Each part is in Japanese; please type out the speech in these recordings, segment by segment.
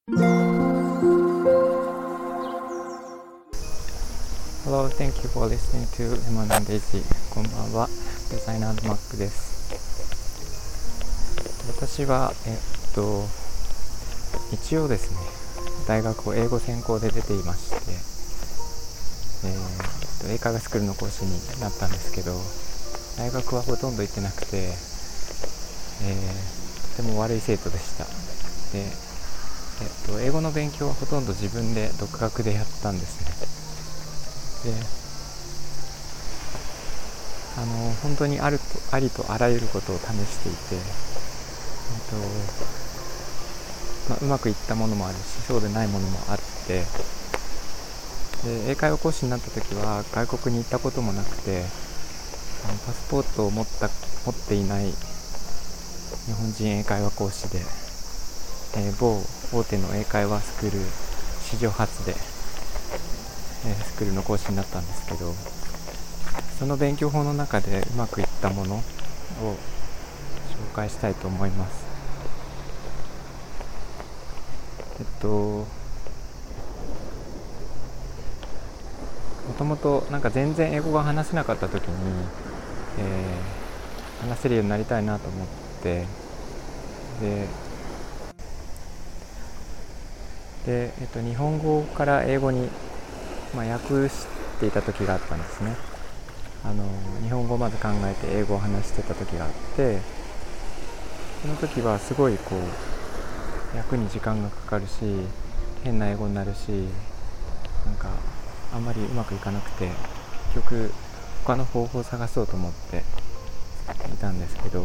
Hello, thank you for listening to Lemon and Daisy. こんばんは、デザイナーのマックです。私は、一応ですね、大学を英語専攻で出ていまして、英会話スクールの講師になったんですけど、大学はほとんど行ってなくて、とても悪い生徒でした。で、英語の勉強はほとんど自分で独学でやったんですね。で、本当にありとあらゆることを試していて、うまくいったものもあるし、そうでないものもあって、で、英会話講師になった時は外国に行ったこともなくて、パスポートを持っていない日本人英会話講師で、某大手の英会話スクール史上初で、スクールの講師になったんですけど、その勉強法の中でうまくいったものを紹介したいと思います。もともとなんか全然英語が話せなかった時に、話せるようになりたいなと思って、で、日本語から英語に、訳していた時があったんですね。日本語をまず考えて英語を話してた時があって、その時はすごい訳に時間がかかるし、変な英語になるし、なんかあんまりうまくいかなくて、結局他の方法を探そうと思っていたんですけど、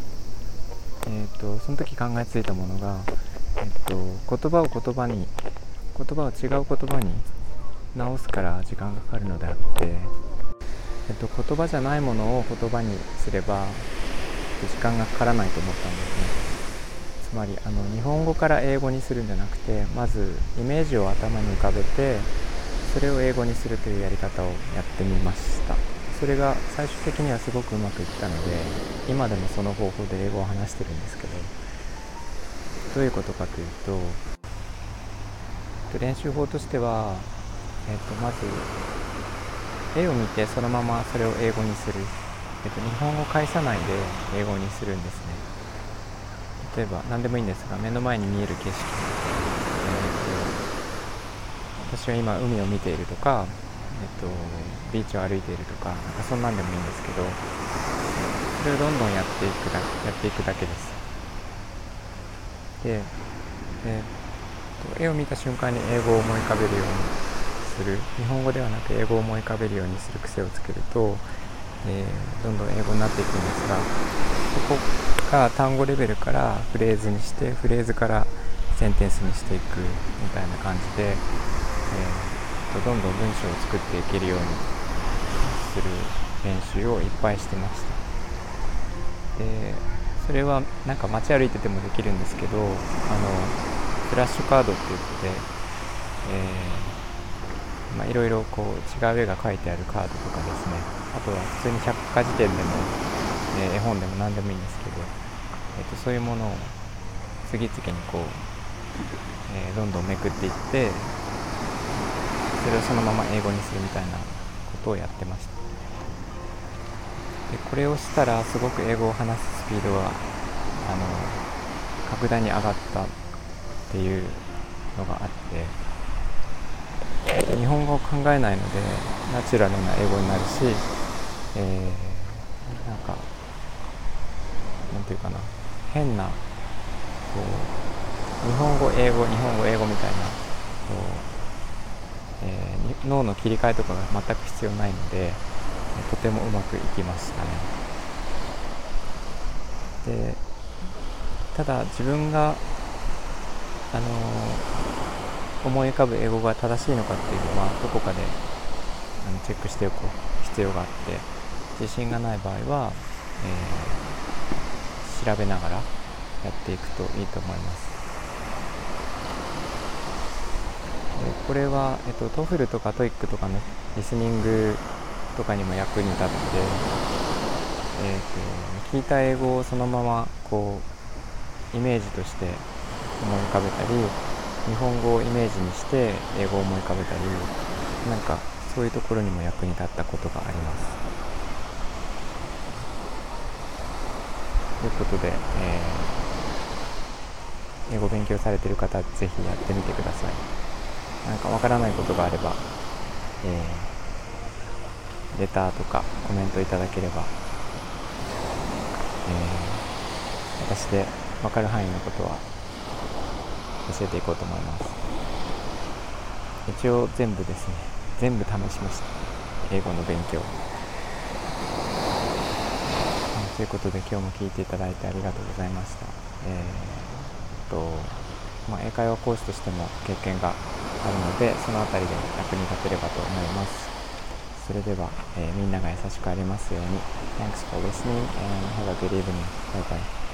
その時考えついたものが、言葉を違う言葉に直すから時間がかかるのであって、言葉じゃないものを言葉にすれば時間がかからないと思ったんですね。つまり日本語から英語にするんじゃなくて、まずイメージを頭に浮かべて、それを英語にするというやり方をやってみました。それが最終的にはすごくうまくいったので、今でもその方法で英語を話してるんですけど、どういうことかというと、練習法としては、まず絵を見てそのままそれを英語にする、日本語を返さないで英語にするんですね。例えば何でもいいんですが、目の前に見える景色、私は今海を見ているとか、ビーチを歩いているとか、そんなんでもいいんですけど、それをどんどんやっていくだけです。で、絵を見た瞬間に英語を思い浮かべるようにする、日本語ではなく英語を思い浮かべるようにする癖をつけると、どんどん英語になっていくんですが、ここが単語レベルからフレーズにして、フレーズからセンテンスにしていくみたいな感じで、どんどん文章を作っていけるようにする練習をいっぱいしてました。で、それはなんか街歩いててもできるんですけど、フラッシュカードって言って、いろいろ違う絵が描いてあるカードとかですね、あとは普通に百科事典でも、絵本でも何でもいいんですけど、そういうものを次々にどんどんめくっていって、それをそのまま英語にするみたいなことをやってました。で、これをしたらすごく英語を話すスピードが格段に上がったっていうのがあって、日本語を考えないのでナチュラルな英語になるし、なんていうかな、変な日本語英語みたいな脳の切り替えとかが全く必要ないので、とてもうまくいきましたね。で、ただ自分が思い浮かぶ英語が正しいのかっていうのはどこかでチェックしておく必要があって、自信がない場合は、調べながらやっていくといいと思います。これは、TOEFL とか TOEIC とかのリスニングとかにも役に立って、聞いた英語をそのままイメージとして思い浮かべたり、 日本語をイメージにして英語を思い浮かべたり、なんかそういうところにも役に立ったことがあります。ということで、英語を勉強されている方ぜひやってみてください。なんかわからないことがあれば、レターとかコメントいただければ、私で分かる範囲のことは教えていこうと思います。一応全部ですね、全部試しました、英語の勉強。ということで今日も聞いていただいてありがとうございました。英会話講師としても経験があるので、そのあたりで役に立てればと思います。それでは、みんなが優しくありますように。 Thanks for listening and have a good evening. Bye bye.